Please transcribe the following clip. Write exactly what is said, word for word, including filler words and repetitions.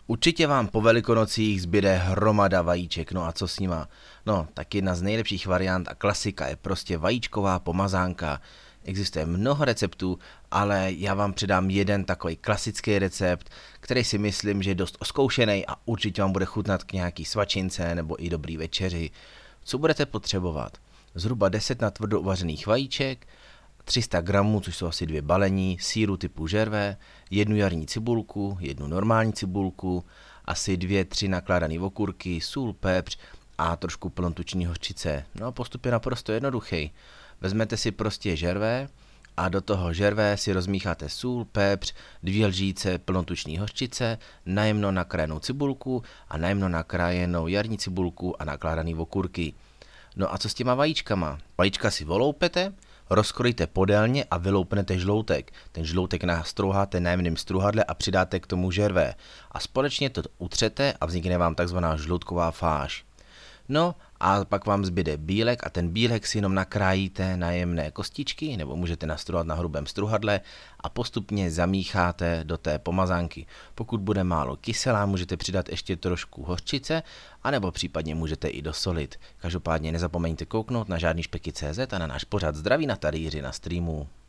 Určitě vám po Velikonocích zbyde hromada vajíček, no a co s nima? No, tak jedna z nejlepších variant a klasika je prostě vajíčková pomazánka. Existuje mnoho receptů, ale já vám předám jeden takový klasický recept, který si myslím, že je dost oskoušený a určitě vám bude chutnat k nějaký svačince nebo i dobrý večeři. Co budete potřebovat? Zhruba deset na tvrdo uvařených vajíček, tři sta gramů, což jsou asi dvě balení, sýru typu žervé, jednu jarní cibulku, jednu normální cibulku, asi dvě, tři nakládané okurky, sůl, pepř a trošku plnotuční hořčice. No a postup je naprosto jednoduchý. Vezmete si prostě žervé a do toho žervé si rozmícháte sůl, pepř, dvě lžíce plnotuční hořčice, najemno nakrájenou cibulku a najemno nakrájenou jarní cibulku a nakládané okurky. No a co s těma vajíčkama? Vajíčka si oloupete, rozkrojíte podélně a vyloupnete žloutek. Ten žloutek nastrouháte na jemném struhadle a přidáte k tomu žervé. A společně to utřete a vznikne vám takzvaná žloutková fáš. No a pak vám zbyde bílek a ten bílek si jenom nakrájíte na jemné kostičky nebo můžete nastruhat na hrubém struhadle a postupně zamícháte do té pomazánky. Pokud bude málo kyselá, můžete přidat ještě trošku hořčice anebo případně můžete i dosolit. Každopádně nezapomeňte kouknout na žádný špeky tečka cé zet a na náš pořad Zdraví na talíři na streamu.